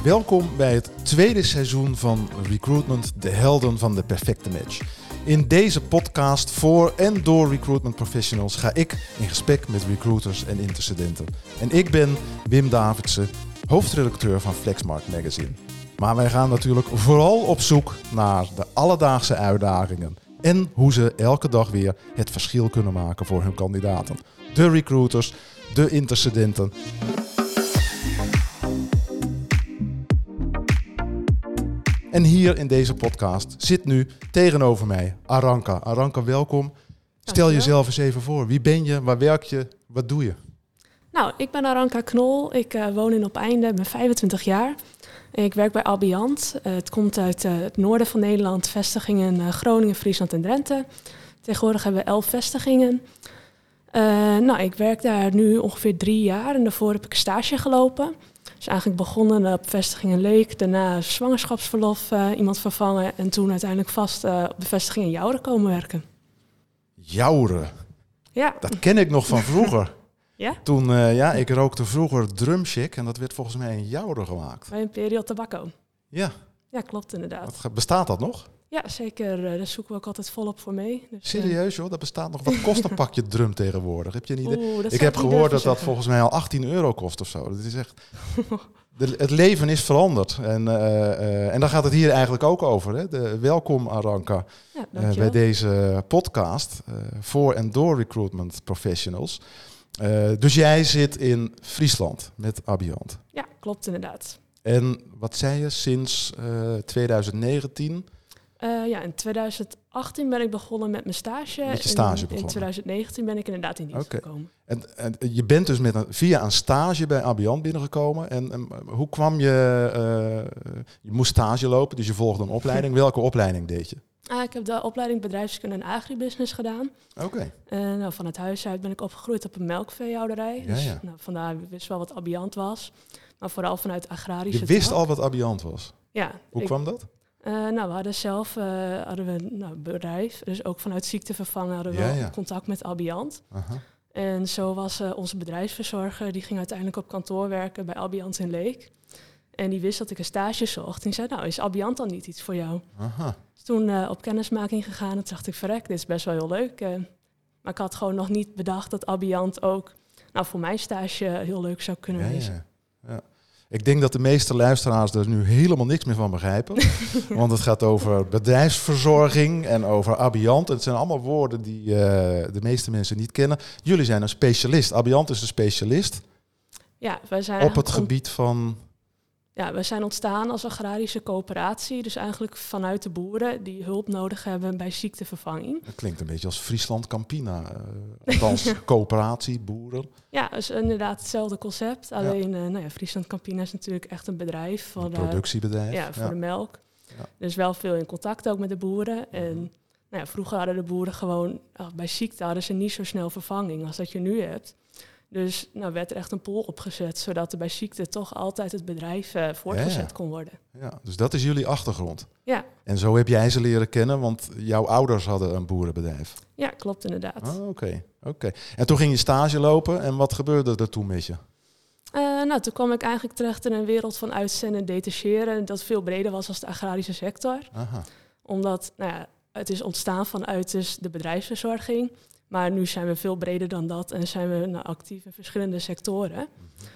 Welkom bij het tweede seizoen van Recruitment, de helden van de perfecte match. In deze podcast voor en door recruitment professionals ga ik in gesprek met recruiters en intercedenten. En ik ben Wim Davidsen, hoofdredacteur van Flexmarkt Magazine. Maar wij gaan natuurlijk vooral op zoek naar de alledaagse uitdagingen en hoe ze elke dag weer het verschil kunnen maken voor hun kandidaten. De recruiters, de intercedenten. En hier in deze podcast zit nu tegenover mij Aranka. Aranka, welkom. Stel jezelf eens even voor. Wie ben je? Waar werk je? Wat doe je? Nou, ik ben Aranka Knol. Ik woon in Opeinde, ben 25 jaar. Ik werk bij Albiant. Het komt uit het noorden van Nederland. Vestigingen in Groningen, Friesland en Drenthe. Tegenwoordig hebben we 11 vestigingen. Ik werk daar nu ongeveer 3 jaar en daarvoor heb ik stage gelopen. Dus eigenlijk begonnen op vestiging in Leek, daarna zwangerschapsverlof iemand vervangen en toen uiteindelijk vast op de vestiging in Jouren komen werken. Jouren? Ja. Dat ken ik nog van vroeger. Ja? Toen, ik rookte vroeger drumchick en dat werd volgens mij in Jouren gemaakt. Bij Imperial Tobacco. Ja. Ja, klopt inderdaad. Bestaat dat nog? Ja, zeker. Daar zoeken we ook altijd volop voor mee. Dus, Serieus joh, dat bestaat nog. Wat kost een pakje drum tegenwoordig? Heb je een idee? Ik heb heb gehoord dat dat volgens mij al €18 kost of zo. Dat is echt... Het leven is veranderd. En daar gaat het hier eigenlijk ook over. Hè? Welkom Aranka bij deze podcast voor en door recruitment professionals. Dus jij zit in Friesland met Albiant. Ja, klopt inderdaad. En wat zei je, sinds 2019... in 2018 ben ik begonnen met mijn stage. Met je stage begonnen. In 2019 ben ik inderdaad in dienst gekomen. En je bent dus via een stage bij Albiant binnengekomen. En hoe kwam je... je moest stage lopen, dus je volgde een opleiding. Welke opleiding deed je? Ik heb de opleiding bedrijfskunde en agribusiness gedaan. Oké. Van het huis uit ben ik opgegroeid op een melkveehouderij. Ja, ja. Dus vandaar wist wel wat Albiant was. Maar vooral vanuit agrarische Je wist tak. al wat Albiant was? Ja. Hoe kwam dat? We hadden zelf een bedrijf. Dus ook vanuit ziektevervangen hadden we contact met Albiant. Aha. En zo was onze bedrijfsverzorger, die ging uiteindelijk op kantoor werken bij Albiant in Leek. En die wist dat ik een stage zocht. En die zei, is Albiant dan niet iets voor jou? Aha. Dus toen op kennismaking gegaan. En toen dacht ik, verrek, dit is best wel heel leuk. Maar ik had gewoon nog niet bedacht dat Albiant ook voor mijn stage heel leuk zou kunnen wezen. Ja. Ik denk dat de meeste luisteraars er nu helemaal niks meer van begrijpen. Want het gaat over bedrijfsverzorging en over Albiant. Het zijn allemaal woorden die de meeste mensen niet kennen. Jullie zijn een specialist. Albiant is een specialist. Ja, wij zijn op het gebied van... Ja, we zijn ontstaan als agrarische coöperatie. Dus eigenlijk vanuit de boeren die hulp nodig hebben bij ziektevervanging. Dat klinkt een beetje als Friesland Campina. Althans, coöperatie, boeren. Ja, dus inderdaad hetzelfde concept. Alleen Friesland Campina is natuurlijk echt een bedrijf. Een productiebedrijf. Voor de melk. Ja. Dus wel veel in contact ook met de boeren. En vroeger hadden de boeren gewoon... bij ziekte hadden ze niet zo snel vervanging als dat je nu hebt. Dus werd er echt een pool opgezet, zodat er bij ziekte toch altijd het bedrijf voortgezet kon worden. Ja, dus dat is jullie achtergrond. Ja. En zo heb jij ze leren kennen, want jouw ouders hadden een boerenbedrijf. Ja, klopt inderdaad. Oké. En toen ging je stage lopen en wat gebeurde er toen met je? Toen kwam ik eigenlijk terecht in een wereld van uitzenden en detacheren, dat veel breder was als de agrarische sector. Aha. Omdat het is ontstaan vanuit dus de bedrijfsverzorging. Maar nu zijn we veel breder dan dat en zijn we actief in verschillende sectoren.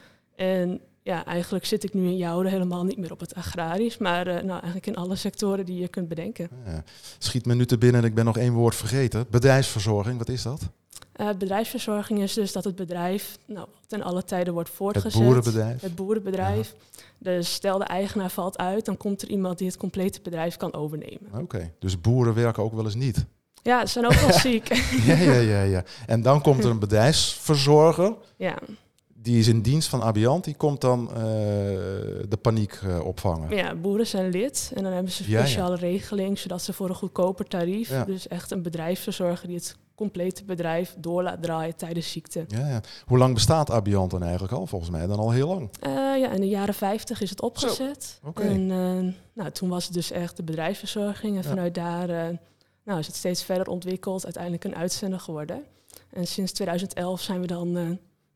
En eigenlijk zit ik nu in Jouren helemaal niet meer op het agrarisch, maar eigenlijk in alle sectoren die je kunt bedenken. Ja. Schiet me nu te binnen en ik ben nog 1 woord vergeten. Bedrijfsverzorging, wat is dat? Bedrijfsverzorging is dus dat het bedrijf ten alle tijden wordt voortgezet. Het boerenbedrijf. Dus stel de eigenaar valt uit, dan komt er iemand die het complete bedrijf kan overnemen. Oké, dus boeren werken ook wel eens niet? Ja, ze zijn ook wel ziek. Ja. En dan komt er een bedrijfsverzorger. Ja. Die is in dienst van Albiant. Die komt dan de paniek opvangen. Ja, boeren zijn lid. En dan hebben ze een speciale regeling, zodat ze voor een goedkoper tarief... Dus echt een bedrijfsverzorger die het complete bedrijf door laat draaien tijdens ziekte. Ja. Hoe lang bestaat Albiant dan eigenlijk al? Volgens mij dan al heel lang. In de jaren 50 is het opgezet. Okay. En toen was het dus echt de bedrijfsverzorging. En vanuit daar... is het steeds verder ontwikkeld, uiteindelijk een uitzender geworden. En sinds 2011 zijn we dan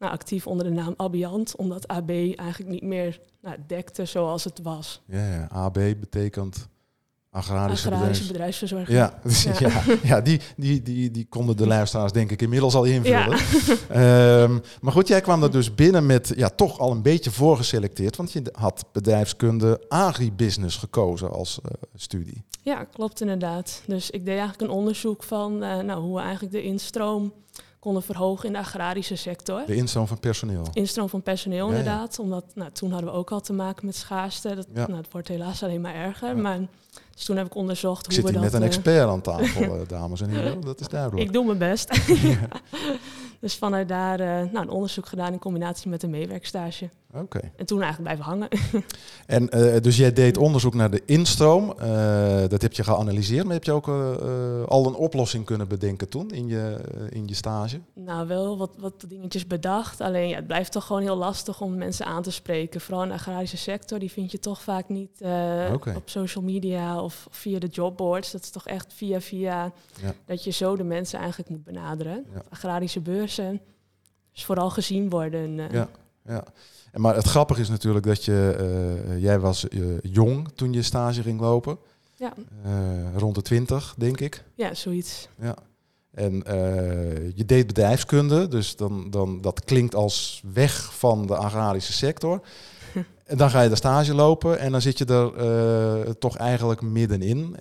actief onder de naam Abiant, omdat AB eigenlijk niet meer dekte zoals het was. Ja, AB betekent agrarische bedrijfsverzorging. Ja, die konden de luisteraars denk ik inmiddels al invullen. Ja. Maar goed, jij kwam er dus binnen met toch al een beetje voorgeselecteerd, want je had bedrijfskunde agribusiness gekozen als studie. Ja, klopt inderdaad. Dus ik deed eigenlijk een onderzoek van hoe we eigenlijk de instroom konden verhogen in de agrarische sector. De instroom van personeel. Instroom van personeel, inderdaad. Omdat toen hadden we ook al te maken met schaarste. Het wordt helaas alleen maar erger. Ja. Maar dus toen heb ik onderzocht hoe we dat... Ik zit hier met een expert aan tafel, dames en heren. Dat is duidelijk. Ik doe mijn best. Dus vanuit daar een onderzoek gedaan in combinatie met een meewerkstage. Okay. En toen eigenlijk blijven hangen. En dus jij deed onderzoek naar de instroom. Dat heb je geanalyseerd. Maar heb je ook al een oplossing kunnen bedenken toen in je stage? Nou, wel wat dingetjes bedacht. Alleen het blijft toch gewoon heel lastig om mensen aan te spreken. Vooral in de agrarische sector. Die vind je toch vaak niet op social media of via de jobboards. Dat is toch echt via dat je zo de mensen eigenlijk moet benaderen. Ja. Agrarische beurzen. Dus vooral gezien worden. Ja. Maar het grappige is natuurlijk dat jij was jong toen je stage ging lopen. Ja. Rond de 20, denk ik. Ja, zoiets. Ja. En je deed bedrijfskunde, dus dan dat klinkt als weg van de agrarische sector. En dan ga je de stage lopen en dan zit je er toch eigenlijk middenin.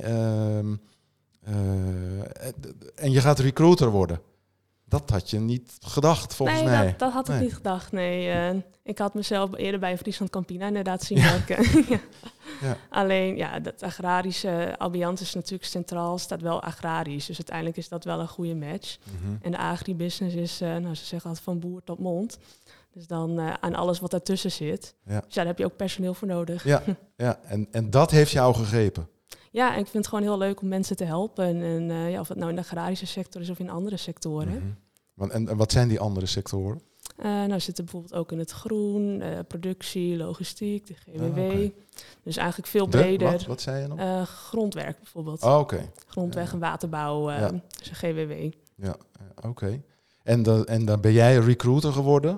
En je gaat recruiter worden. Dat had je niet gedacht, volgens mij. Nee, dat had ik niet gedacht, nee. Ik had mezelf eerder bij Friesland Campina inderdaad zien werken. Ja. Alleen, dat agrarische Abiant is natuurlijk centraal, staat wel agrarisch. Dus uiteindelijk is dat wel een goede match. Mm-hmm. En de agribusiness is, ze zeggen altijd van boer tot mond. Dus dan aan alles wat daartussen zit. Ja. Dus daar heb je ook personeel voor nodig. Ja. En dat heeft jou gegrepen? Ja, en ik vind het gewoon heel leuk om mensen te helpen. En of het nou in de agrarische sector is of in andere sectoren. Mm-hmm. En wat zijn die andere sectoren? Zitten bijvoorbeeld ook in het groen, productie, logistiek, de GWW. Okay. Dus eigenlijk veel breder. Wat zei je nog? Grondwerk bijvoorbeeld. Oh, oké. Grondweg en waterbouw, dus een GWW. Ja, oké. En dan ben jij recruiter geworden?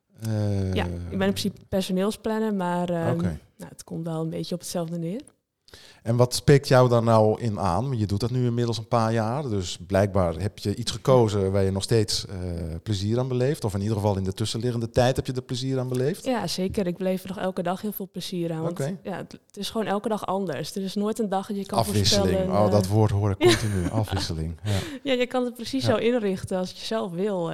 Ja, ik ben in principe personeelsplanner, maar het komt wel een beetje op hetzelfde neer. En wat spreekt jou daar nou in aan? Je doet dat nu inmiddels een paar jaar, dus blijkbaar heb je iets gekozen waar je nog steeds plezier aan beleeft. Of in ieder geval in de tussenliggende tijd heb je er plezier aan beleefd. Ja, zeker. Ik beleef er nog elke dag heel veel plezier aan. Want het is gewoon elke dag anders. Er is nooit een dag dat je kan afwisseling. voorspellen. Dat woord hoor ik continu. Afwisseling. Ja, je kan het precies zo inrichten als je zelf wil.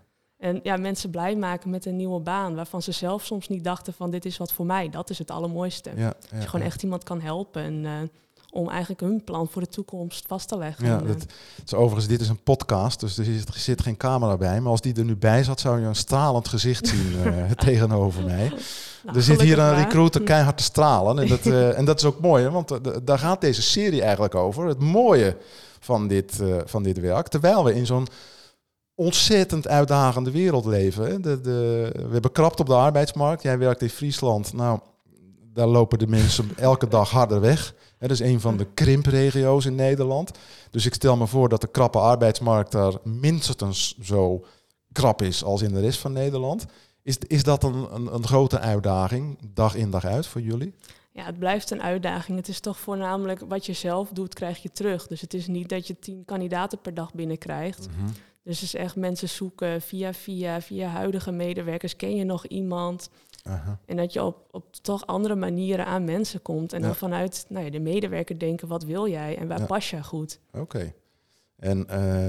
En mensen blij maken met een nieuwe baan, waarvan ze zelf soms niet dachten van dit is wat voor mij. Dat is het allermooiste. Dat je gewoon echt iemand kan helpen om eigenlijk hun plan voor de toekomst vast te leggen. Ja, overigens, dit is een podcast, dus er zit geen camera bij. Maar als die er nu bij zat, zou je een stralend gezicht zien tegenover mij. Er zit hier een recruiter keihard te stralen. En dat is ook mooi, hè, want daar gaat deze serie eigenlijk over. Het mooie van dit werk. Terwijl we in zo'n ontzettend uitdagende wereld leven. Hè. We hebben krapte op de arbeidsmarkt. Jij werkt in Friesland. Nou, daar lopen de mensen elke dag harder weg. Dat is een van de krimpregio's in Nederland. Dus ik stel me voor dat de krappe arbeidsmarkt daar minstens zo krap is als in de rest van Nederland. Is dat een grote uitdaging, dag in dag uit voor jullie? Ja, het blijft een uitdaging. Het is toch voornamelijk wat je zelf doet, krijg je terug. Dus het is niet dat je 10 kandidaten per dag binnenkrijgt. Mm-hmm. Dus het is echt mensen zoeken via huidige medewerkers. Ken je nog iemand? Uh-huh. En dat je op toch andere manieren aan mensen komt. En dan vanuit de medewerker denken, wat wil jij? En waar pas je goed? Oké. En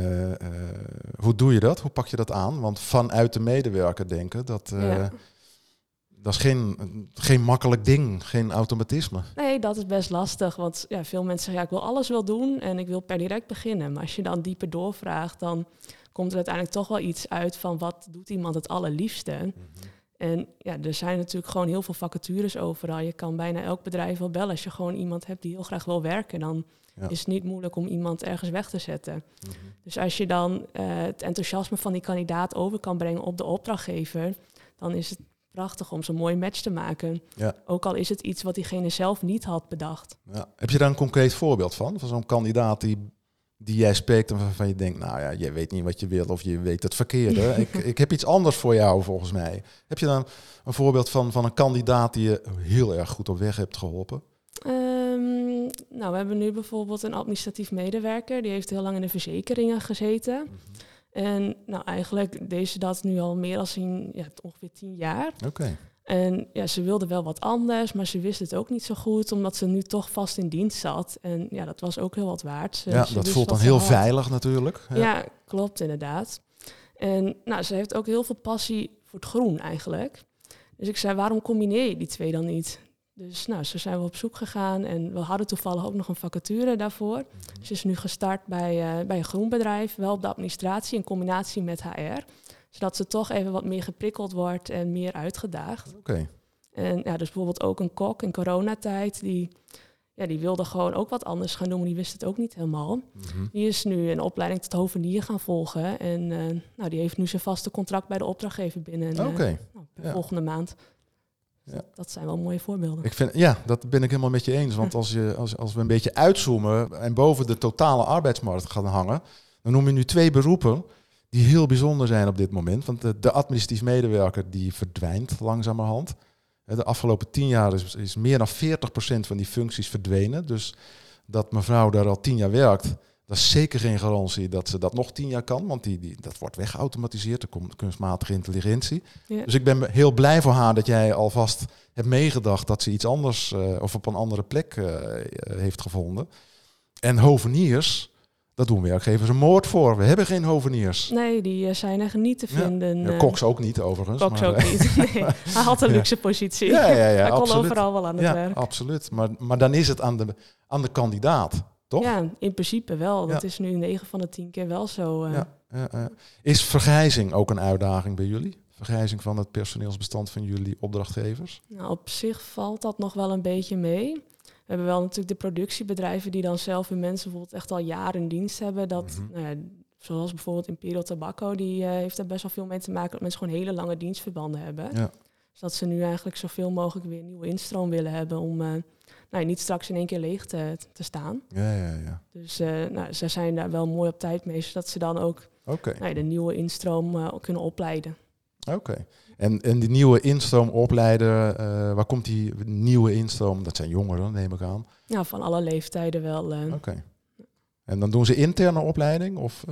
hoe doe je dat? Hoe pak je dat aan? Want vanuit de medewerker denken, dat is geen makkelijk ding, geen automatisme. Nee, dat is best lastig. Want veel mensen zeggen, ik wil alles wel doen en ik wil per direct beginnen. Maar als je dan dieper doorvraagt, dan komt er uiteindelijk toch wel iets uit van wat doet iemand het allerliefste. Mm-hmm. En er zijn natuurlijk gewoon heel veel vacatures overal. Je kan bijna elk bedrijf wel bellen. Als je gewoon iemand hebt die heel graag wil werken, dan is het niet moeilijk om iemand ergens weg te zetten. Mm-hmm. Dus als je dan het enthousiasme van die kandidaat over kan brengen op de opdrachtgever, dan is het prachtig om zo'n mooie match te maken. Ja. Ook al is het iets wat diegene zelf niet had bedacht. Ja. Heb je daar een concreet voorbeeld van zo'n kandidaat die die jij spreekt en waarvan je denkt, nou ja, jij weet niet wat je wil of je weet het verkeerde. ik heb iets anders voor jou volgens mij. Heb je dan een voorbeeld van een kandidaat die je heel erg goed op weg hebt geholpen? Nou, we hebben nu bijvoorbeeld een administratief medewerker. Die heeft heel lang in de verzekeringen gezeten. Mm-hmm. En nou, eigenlijk deed ze dat nu al meer dan ongeveer 10 jaar. Oké. En ja, ze wilde wel wat anders, maar ze wist het ook niet zo goed, omdat ze nu toch vast in dienst zat. En ja, dat was ook heel wat waard. Ze dat voelt dan heel veilig natuurlijk. Ja, klopt inderdaad. En nou, ze heeft ook heel veel passie voor het groen eigenlijk. Dus ik zei, waarom combineer je die twee dan niet? Dus nou, zo zijn we op zoek gegaan en we hadden toevallig ook nog een vacature daarvoor. Ze is nu gestart bij een groenbedrijf, wel op de administratie in combinatie met HR. Zodat ze toch even wat meer geprikkeld wordt en meer uitgedaagd. Oké. En ja, dus bijvoorbeeld ook een kok in coronatijd, die wilde gewoon ook wat anders gaan doen, maar die wist het ook niet helemaal. Mm-hmm. Die is nu een opleiding tot hovenier gaan volgen en die heeft nu zijn vaste contract bij de opdrachtgever binnen volgende maand. Ja. Dat zijn wel mooie voorbeelden. Dat ben ik helemaal met je eens. Want als we een beetje uitzoomen en boven de totale arbeidsmarkt gaan hangen, dan noem je nu 2 beroepen die heel bijzonder zijn op dit moment. Want de administratief medewerker die verdwijnt langzamerhand. De afgelopen 10 jaar is meer dan 40% van die functies verdwenen. Dus dat mevrouw daar al 10 jaar werkt, dat is zeker geen garantie dat ze dat nog 10 jaar kan. Want dat wordt weggeautomatiseerd. Er komt kunstmatige intelligentie. Ja. Dus ik ben heel blij voor haar dat jij alvast hebt meegedacht dat ze iets anders of op een andere plek heeft gevonden. En hoveniers, dat doen werkgevers een moord voor. We hebben geen hoveniers. Nee, die zijn er niet te vinden. Ja, koks ook niet overigens. Koks ook niet. Nee. Hij had een luxe positie. Ja, Hij kon absoluut. overal wel aan het werk. Absoluut. Maar dan is het aan de kandidaat, toch? Ja, in principe wel. Dat is nu 9 van de 10 keer wel zo. Is vergrijzing ook een uitdaging bij jullie? Vergrijzing van het personeelsbestand van jullie opdrachtgevers? Nou, op zich valt dat nog wel een beetje mee. We hebben wel natuurlijk de productiebedrijven die dan zelf hun mensen bijvoorbeeld echt al jaren in dienst hebben. Dat, zoals bijvoorbeeld Imperial Tobacco, die heeft er best wel veel mee te maken dat mensen gewoon hele lange dienstverbanden hebben. Ja. Dus dat ze nu eigenlijk zoveel mogelijk weer nieuwe instroom willen hebben om niet straks in één keer leeg te staan. Ja. Dus ze zijn daar wel mooi op tijd mee, zodat ze dan ook de nieuwe instroom kunnen opleiden. Oké. En die nieuwe instroom opleiden, waar komt die nieuwe instroom? Dat zijn jongeren, neem ik aan. Ja, van alle leeftijden wel. Oké. En dan doen ze interne opleiding? Of,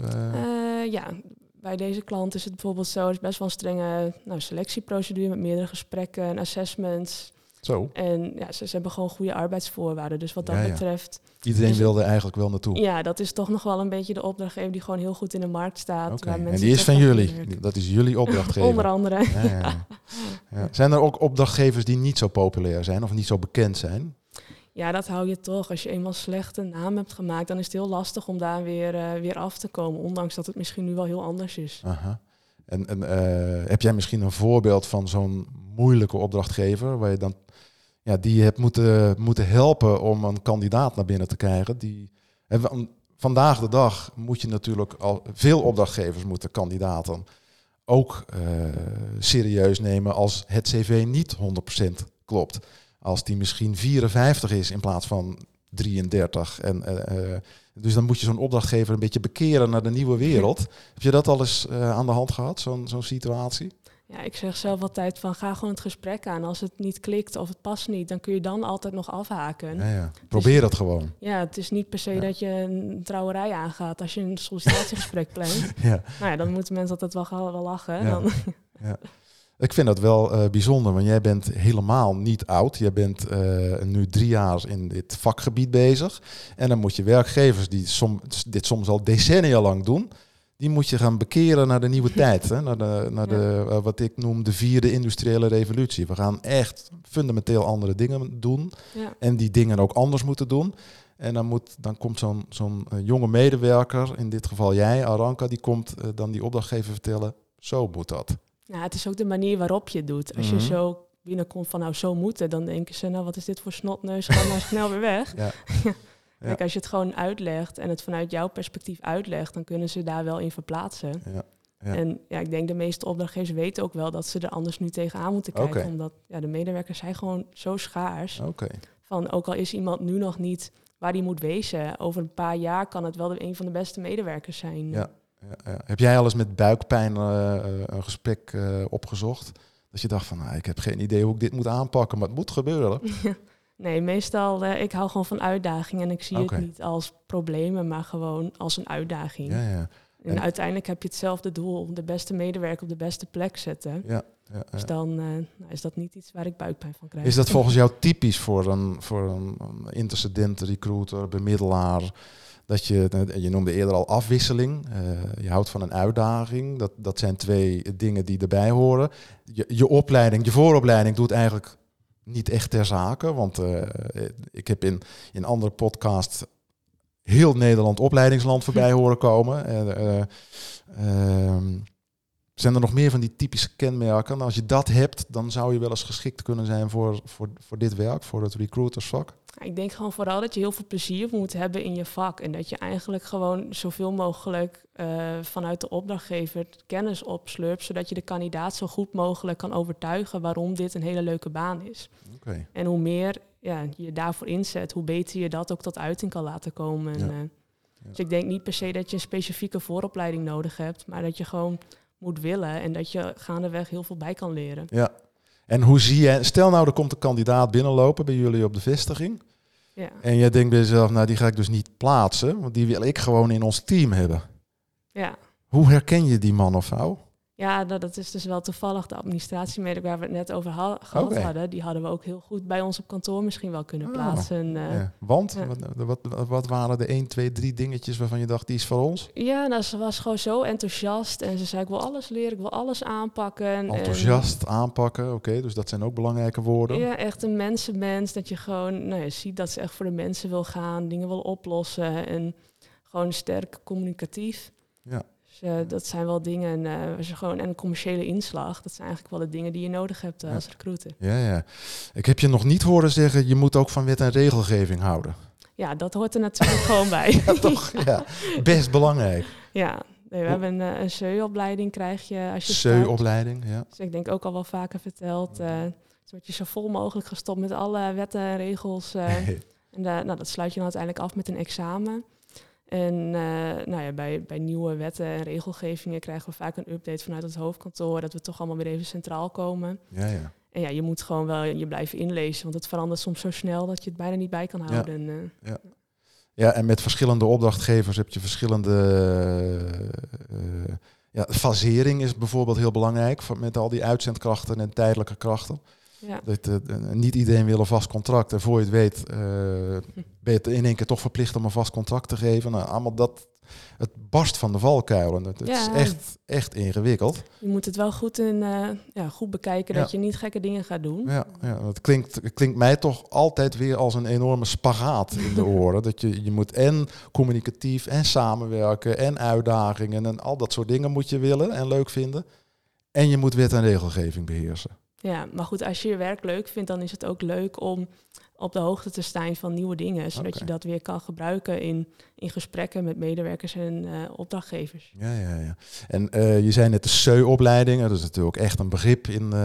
bij deze klant is het bijvoorbeeld zo, er is best wel een strenge selectieprocedure met meerdere gesprekken en assessments. Zo. En ja, ze hebben gewoon goede arbeidsvoorwaarden. Dus wat dat betreft... Iedereen wilde eigenlijk wel naartoe. Ja, dat is toch nog wel een beetje de opdrachtgever die gewoon heel goed in de markt staat. Okay. En die is van jullie? Dat is jullie opdrachtgever? Onder andere. Ja. Zijn er ook opdrachtgevers die niet zo populair zijn of niet zo bekend zijn? Ja, dat hou je toch. Als je eenmaal slechte naam hebt gemaakt, dan is het heel lastig om daar weer af te komen. Ondanks dat het misschien nu wel heel anders is. Aha. En heb jij misschien een voorbeeld van zo'n moeilijke opdrachtgever waar je dan die je hebt moeten helpen om een kandidaat naar binnen te krijgen? Vandaag de dag moet je natuurlijk al veel opdrachtgevers moeten kandidaten ook serieus nemen als het cv niet 100% klopt. Als die misschien 54 is in plaats van 33. Dus dan moet je zo'n opdrachtgever een beetje bekeren naar de nieuwe wereld. Heb je dat al eens aan de hand gehad, zo'n situatie? Ja, ik zeg zelf altijd van ga gewoon het gesprek aan. Als het niet klikt of het past niet, dan kun je dan altijd nog afhaken. Ja. Probeer dat gewoon. Ja, het is niet per se dat je een trouwerij aangaat als je een sollicitatiegesprek plant. Dan moeten mensen altijd wel lachen. Ja. Ja. Ik vind dat wel bijzonder, want jij bent helemaal niet oud. Jij bent nu 3 jaar in dit vakgebied bezig. En dan moet je werkgevers die dit soms al decennia lang doen, die moet je gaan bekeren naar de nieuwe tijd. Hè? Naar de wat ik noem de 4e industriële revolutie. We gaan echt fundamenteel andere dingen doen. Ja. En die dingen ook anders moeten doen. En dan komt zo'n jonge medewerker, in dit geval jij, Aranka, die komt dan die opdrachtgever vertellen, zo moet dat. Ja, het is ook de manier waarop je het doet. Als je zo binnenkomt van zo moeten, dan denken ze, wat is dit voor snotneus, ga maar snel weer weg. Ja. Kijk, als je het gewoon uitlegt en het vanuit jouw perspectief uitlegt, dan kunnen ze daar wel in verplaatsen. Ja. En ik denk de meeste opdrachtgevers weten ook wel dat ze er anders nu tegenaan moeten kijken. Omdat de medewerkers zijn gewoon zo schaars. Van ook al is iemand nu nog niet waar hij moet wezen. Over een paar jaar kan het wel een van de beste medewerkers zijn. Ja. Heb jij al eens met buikpijn een gesprek opgezocht? Dat je dacht van, ik heb geen idee hoe ik dit moet aanpakken, maar het moet gebeuren. Nee, meestal, ik hou gewoon van uitdagingen en ik zie het niet als problemen, maar gewoon als een uitdaging. Ja. En uiteindelijk heb je hetzelfde doel, de beste medewerker op de beste plek zetten. Ja. Dus dan is dat niet iets waar ik buikpijn van krijg. Is dat volgens jou typisch voor een intercedent recruiter, bemiddelaar? Dat je noemde eerder al afwisseling. Je houdt van een uitdaging. Dat zijn 2 dingen die erbij horen. Je opleiding, je vooropleiding doet eigenlijk niet echt ter zake. Want ik heb in andere podcasts heel Nederland opleidingsland voorbij horen komen. Zijn er nog meer van die typische kenmerken? Nou, als je dat hebt, dan zou je wel eens geschikt kunnen zijn voor dit werk, voor het recruitersvak. Ik denk gewoon vooral dat je heel veel plezier moet hebben in je vak. En dat je eigenlijk gewoon zoveel mogelijk vanuit de opdrachtgever kennis opslurpt, zodat je de kandidaat zo goed mogelijk kan overtuigen waarom dit een hele leuke baan is. Okay. En hoe meer je daarvoor inzet, hoe beter je dat ook tot uiting kan laten komen. Dus ik denk niet per se dat je een specifieke vooropleiding nodig hebt, maar dat je gewoon moet willen en dat je gaandeweg heel veel bij kan leren. Ja. En hoe zie je, stel nou er komt een kandidaat binnenlopen bij jullie op de vestiging. Ja. En jij denkt bij jezelf, nou die ga ik dus niet plaatsen, want die wil ik gewoon in ons team hebben. Ja. Hoe herken je die man of vrouw? Ja, dat is dus wel toevallig de administratiemedewerker waar we het net over gehad hadden. Die hadden we ook heel goed bij ons op kantoor misschien wel kunnen plaatsen. Want? Wat waren de 1, 2, 3 dingetjes waarvan je dacht, die is voor ons? Ja, nou, ze was gewoon zo enthousiast. En ze zei, ik wil alles leren, ik wil alles aanpakken. Enthousiast, aanpakken, oké, dus dat zijn ook belangrijke woorden. Ja, echt een mensenmens. Dat je gewoon ziet dat ze echt voor de mensen wil gaan, dingen wil oplossen. En gewoon sterk communicatief. Ja. Dat zijn wel dingen, en een commerciële inslag. Dat zijn eigenlijk wel de dingen die je nodig hebt als recruiter. Ja. Ik heb je nog niet horen zeggen, je moet ook van wet en regelgeving houden. Ja, dat hoort er natuurlijk gewoon bij. Ja, toch? Ja. Best belangrijk. Ja, nee, we hebben een SEU-opleiding krijg je als je SEU-opleiding, ja. Dus ik denk ook al wel vaker verteld. Dus word je zo vol mogelijk gestopt met alle wetten en regels. En dat sluit je dan uiteindelijk af met een examen. En bij nieuwe wetten en regelgevingen krijgen we vaak een update vanuit het hoofdkantoor, dat we toch allemaal weer even centraal komen. Ja. En je moet gewoon wel je blijven inlezen, want het verandert soms zo snel dat je het bijna niet bij kan houden. Ja, en met verschillende opdrachtgevers heb je verschillende fasering is bijvoorbeeld heel belangrijk, met al die uitzendkrachten en tijdelijke krachten. Ja. Dat, niet iedereen wil een vast contract. En voor je het weet ben je in één keer toch verplicht om een vast contract te geven. Nou, allemaal het barst van de valkuilen. Het is echt ingewikkeld. Je moet het wel goed goed bekijken dat je niet gekke dingen gaat doen. Ja, het klinkt mij toch altijd weer als een enorme spagaat in de oren. Dat je moet en communicatief en samenwerken en uitdagingen en al dat soort dingen moet je willen en leuk vinden. En je moet wet en regelgeving beheersen. Ja, maar goed, als je je werk leuk vindt, dan is het ook leuk om op de hoogte te staan van nieuwe dingen. Zodat je dat weer kan gebruiken in gesprekken met medewerkers en opdrachtgevers. Ja. En je zei net de SEU-opleiding. Dat is natuurlijk echt een begrip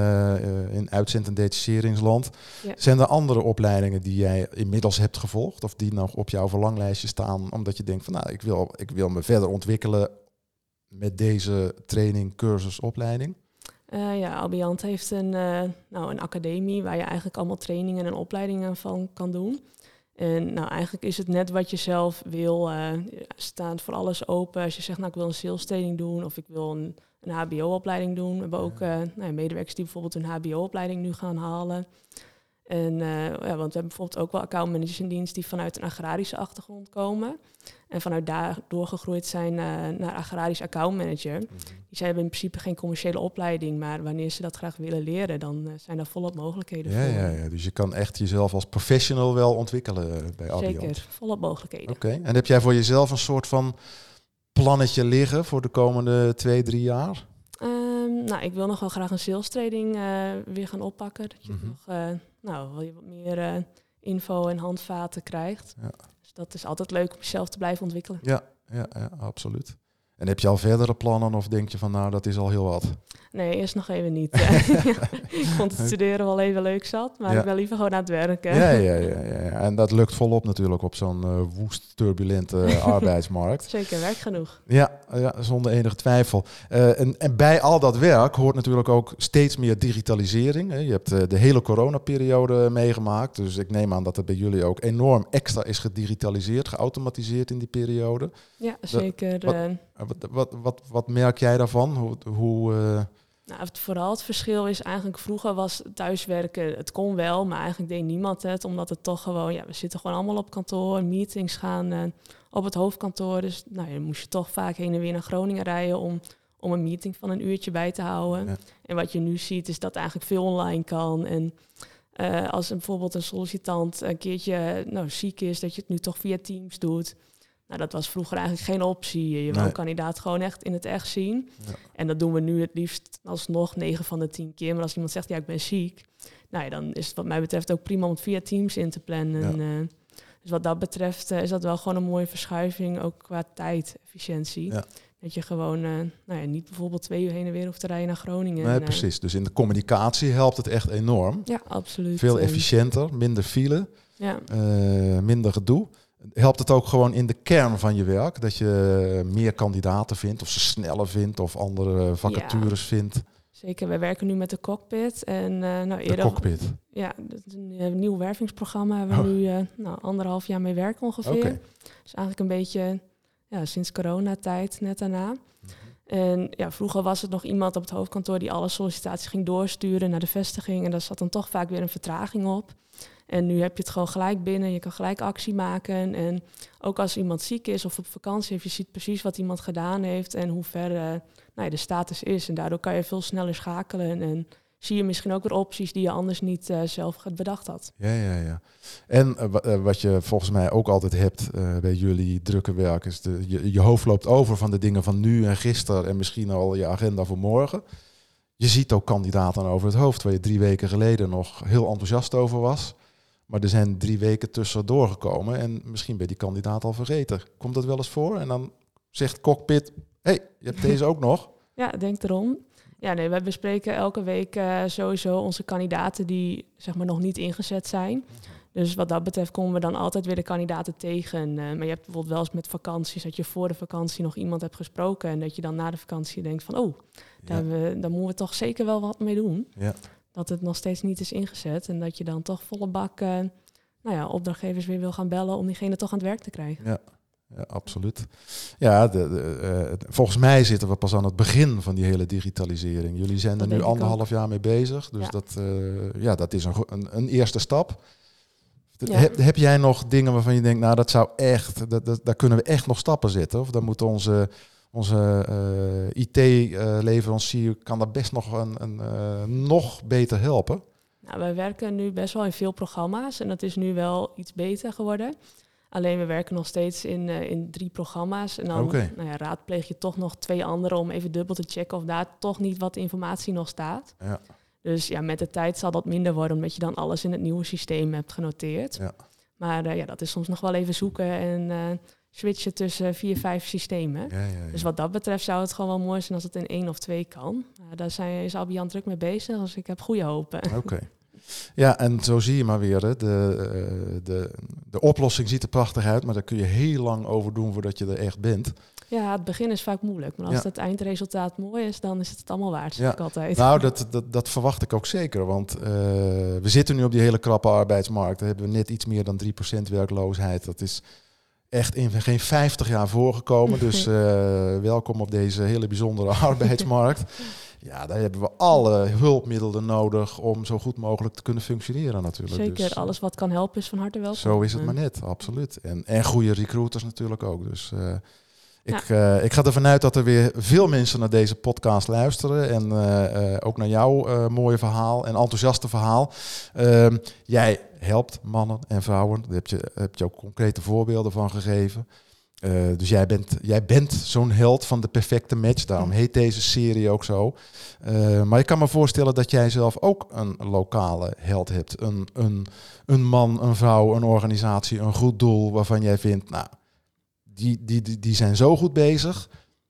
in uitzend- en detacheringsland. Ja. Zijn er andere opleidingen die jij inmiddels hebt gevolgd? Of die nog op jouw verlanglijstje staan? Omdat je denkt van, nou, ik wil me verder ontwikkelen met deze training, cursus, opleiding. Albiant heeft een academie waar je eigenlijk allemaal trainingen en opleidingen van kan doen. En eigenlijk is het net wat je zelf wil. Staat voor alles open. Als je zegt, ik wil een sales training doen of ik wil een HBO-opleiding doen. We hebben ook medewerkers die bijvoorbeeld een HBO-opleiding nu gaan halen. En want we hebben bijvoorbeeld ook wel accountmanagers in dienst die vanuit een agrarische achtergrond komen. En vanuit daar doorgegroeid zijn naar agrarisch accountmanager. Mm-hmm. Die hebben in principe geen commerciële opleiding, maar wanneer ze dat graag willen leren, dan zijn daar volop mogelijkheden voor. Ja, dus je kan echt jezelf als professional wel ontwikkelen bij Albiant. Zeker, volop mogelijkheden. Oké. En heb jij voor jezelf een soort van plannetje liggen voor de komende 2-3 jaar? Ik wil nog wel graag een sales training weer gaan oppakken. Dat je nog wel wat meer info en handvaten krijgt. Ja. Dus dat is altijd leuk om jezelf te blijven ontwikkelen. Ja, absoluut. En heb je al verdere plannen of denk je van, dat is al heel wat? Nee, eerst nog even niet. Ik vond het studeren wel even leuk zat, maar ik ben liever gewoon aan het werken. Ja. En dat lukt volop natuurlijk op zo'n woest, turbulente arbeidsmarkt. Zeker, werk genoeg. Ja, zonder enige twijfel. En bij al dat werk hoort natuurlijk ook steeds meer digitalisering. Hè. Je hebt de hele coronaperiode meegemaakt. Dus ik neem aan dat er bij jullie ook enorm extra is gedigitaliseerd, geautomatiseerd in die periode. Ja, zeker. Wat merk jij daarvan? Nou, vooral het verschil is eigenlijk, vroeger was thuiswerken, het kon wel, maar eigenlijk deed niemand het, omdat het toch gewoon, we zitten gewoon allemaal op kantoor, meetings gaan op het hoofdkantoor, dus dan moest je toch vaak heen en weer naar Groningen rijden om een meeting van een uurtje bij te houden. Ja. En wat je nu ziet is dat eigenlijk veel online kan en als bijvoorbeeld een sollicitant een keertje ziek is, dat je het nu toch via Teams doet. Nou, dat was vroeger eigenlijk geen optie. Je wil een kandidaat gewoon echt in het echt zien. Ja. En dat doen we nu het liefst alsnog 9 van de 10 keer. Maar als iemand zegt, ik ben ziek, dan is het wat mij betreft ook prima om het via Teams in te plannen. Ja. Dus wat dat betreft is dat wel gewoon een mooie verschuiving, ook qua tijd-efficiëntie. Ja. Dat je gewoon niet bijvoorbeeld 2 uur heen en weer hoeft te rijden naar Groningen. Nee, precies. Dus in de communicatie helpt het echt enorm. Ja, absoluut. Veel efficiënter, minder file, minder gedoe. Helpt het ook gewoon in de kern van je werk? Dat je meer kandidaten vindt of ze sneller vindt of andere vacatures vindt? Zeker, wij werken nu met de Cockpit. En, de Cockpit? Ja, dat is een nieuw wervingsprogramma waar we nu 1,5 jaar mee werken ongeveer. Okay. Dus eigenlijk een beetje sinds coronatijd, net daarna. En vroeger was het nog iemand op het hoofdkantoor die alle sollicitaties ging doorsturen naar de vestiging. En daar zat dan toch vaak weer een vertraging op. En nu heb je het gewoon gelijk binnen, je kan gelijk actie maken. En ook als iemand ziek is of op vakantie heeft, je ziet precies wat iemand gedaan heeft en hoe ver de status is. En daardoor kan je veel sneller schakelen en zie je misschien ook weer opties die je anders niet zelf bedacht had. Ja. En wat je volgens mij ook altijd hebt bij jullie drukke werk, is je hoofd loopt over van de dingen van nu en gisteren en misschien al je agenda voor morgen. Je ziet ook kandidaten over het hoofd waar je 3 weken geleden nog heel enthousiast over was. Maar er zijn 3 weken tussendoor gekomen en misschien ben je die kandidaat al vergeten. Komt dat wel eens voor? En dan zegt Cockpit, je hebt deze ook nog. Ja, denk erom. Ja, nee, wij bespreken elke week sowieso onze kandidaten die zeg maar nog niet ingezet zijn. Dus wat dat betreft komen we dan altijd weer de kandidaten tegen. Maar je hebt bijvoorbeeld wel eens met vakanties dat je voor de vakantie nog iemand hebt gesproken en dat je dan na de vakantie denkt van daar moeten we toch zeker wel wat mee doen. Ja. Dat het nog steeds niet is ingezet en dat je dan toch volle bak opdrachtgevers weer wil gaan bellen om diegene toch aan het werk te krijgen. Ja, absoluut. Ja, volgens mij zitten we pas aan het begin van die hele digitalisering. Jullie zijn er nu 1,5 jaar mee bezig, dus dat is een eerste stap. Ja. Heb jij nog dingen waarvan je denkt, dat zou echt, daar kunnen we echt nog stappen zetten? Of dan moet onze IT-leverancier kan daar best nog nog beter helpen? Nou, wij werken nu best wel in veel programma's en dat is nu wel iets beter geworden. Alleen we werken nog steeds in 3 programma's en dan raadpleeg je toch nog 2 andere om even dubbel te checken of daar toch niet wat informatie nog staat. Ja. Dus met de tijd zal dat minder worden omdat je dan alles in het nieuwe systeem hebt genoteerd. Ja. Maar dat is soms nog wel even zoeken en switchen tussen 4, 5 systemen. Ja. Dus wat dat betreft zou het gewoon wel mooi zijn als het in 1 of 2 kan. Daar is Albiant druk mee bezig, dus ik heb goede hoop. Oké. Ja, en zo zie je maar weer, de oplossing ziet er prachtig uit, maar daar kun je heel lang over doen voordat je er echt bent. Ja, het begin is vaak moeilijk, maar als het eindresultaat mooi is, dan is het allemaal waard, zeg ik altijd. Nou, dat verwacht ik ook zeker, want we zitten nu op die hele krappe arbeidsmarkt. Daar hebben we net iets meer dan 3% werkloosheid. Dat is echt in geen 50 jaar voorgekomen, dus welkom op deze hele bijzondere arbeidsmarkt. Ja, daar hebben we alle hulpmiddelen nodig om zo goed mogelijk te kunnen functioneren natuurlijk. Zeker, dus alles wat kan helpen is van harte welkom. Zo is het maar net, absoluut. En goede recruiters natuurlijk ook. Dus ik ga ervan uit dat er weer veel mensen naar deze podcast luisteren. En ook naar jouw mooie verhaal en enthousiaste verhaal. Jij helpt mannen en vrouwen. Daar heb je ook concrete voorbeelden van gegeven. Dus jij bent zo'n held van de perfecte match. Daarom heet deze serie ook zo. Maar ik kan me voorstellen dat jij zelf ook een lokale held hebt. Een man, een vrouw, een organisatie, een goed doel waarvan jij vindt, die zijn zo goed bezig.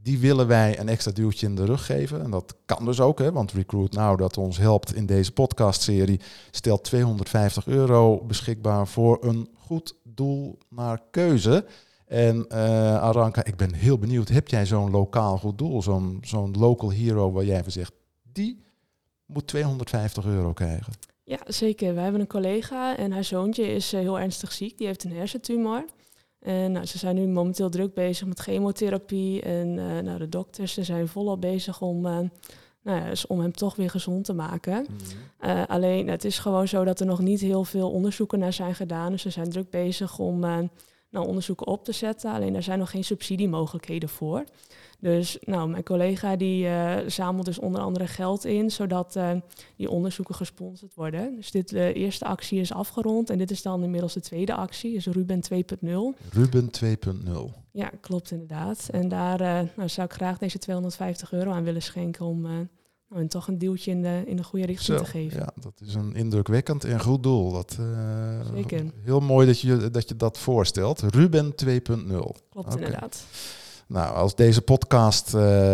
die willen wij een extra duwtje in de rug geven. En dat kan dus ook, hè, want Recruit Now, dat ons helpt in deze podcastserie, stelt €250 beschikbaar voor een goed doel naar keuze. En Aranka, ik ben heel benieuwd, heb jij zo'n lokaal goed doel, zo'n local hero waar jij van zegt, die moet €250 krijgen? Ja, zeker. We hebben een collega en haar zoontje is heel ernstig ziek. Die heeft een hersentumor. En ze zijn nu momenteel druk bezig met chemotherapie. En de dokters zijn volop bezig om hem toch weer gezond te maken. Alleen het is gewoon zo dat er nog niet heel veel onderzoeken naar zijn gedaan. Dus ze zijn druk bezig om onderzoeken op te zetten. Alleen daar zijn nog geen subsidiemogelijkheden voor. Dus mijn collega die zamelt dus onder andere geld in, zodat die onderzoeken gesponsord worden. Dus de eerste actie is afgerond en dit is dan inmiddels de tweede actie, dus Ruben 2.0. Ruben 2.0. Ja, klopt inderdaad. En daar zou ik graag deze €250 aan willen schenken om en toch een duwtje in de goede richting te geven. Ja, dat is een indrukwekkend en goed doel. Zeker. Heel mooi dat je dat voorstelt. Ruben 2.0. Klopt inderdaad. Nou, als deze podcast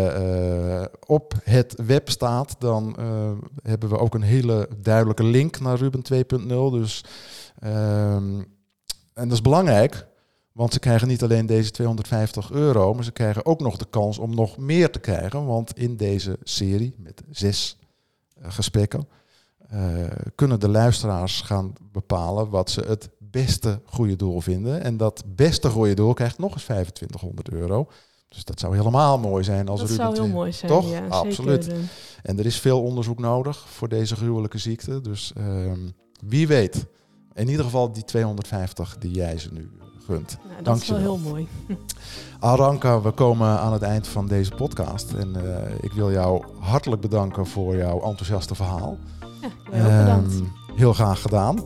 op het web staat, dan hebben we ook een hele duidelijke link naar Ruben 2.0. Dus, en dat is belangrijk, want ze krijgen niet alleen deze €250, maar ze krijgen ook nog de kans om nog meer te krijgen. Want in deze serie met 6 gesprekken kunnen de luisteraars gaan bepalen wat ze het beste goede doel vinden. En dat beste goede doel krijgt nog eens €2500. Dus dat zou helemaal mooi zijn als Ruben. Dat zou heel mooi zijn, toch? Ja, absoluut. Zeker. En er is veel onderzoek nodig voor deze gruwelijke ziekte. Dus wie weet. In ieder geval die 250 die jij ze nu gunt. Nou, dat Dank is je wel wel. heel mooi. Aranka, we komen aan het eind van deze podcast. En ik wil jou hartelijk bedanken voor jouw enthousiaste verhaal. Ja, heel bedankt. Heel graag gedaan.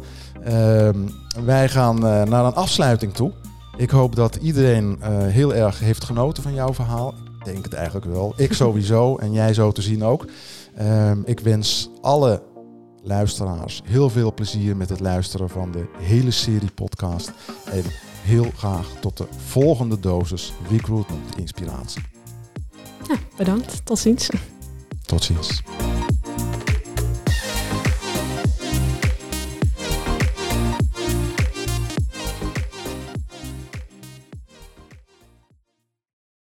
Wij gaan naar een afsluiting toe. Ik hoop dat iedereen heel erg heeft genoten van jouw verhaal. Ik denk het eigenlijk wel. Ik sowieso en jij zo te zien ook. Ik wens alle luisteraars heel veel plezier met het luisteren van de hele serie podcast. En heel graag tot de volgende dosis Recruitment Inspiratie. Ja, bedankt. Tot ziens. Tot ziens.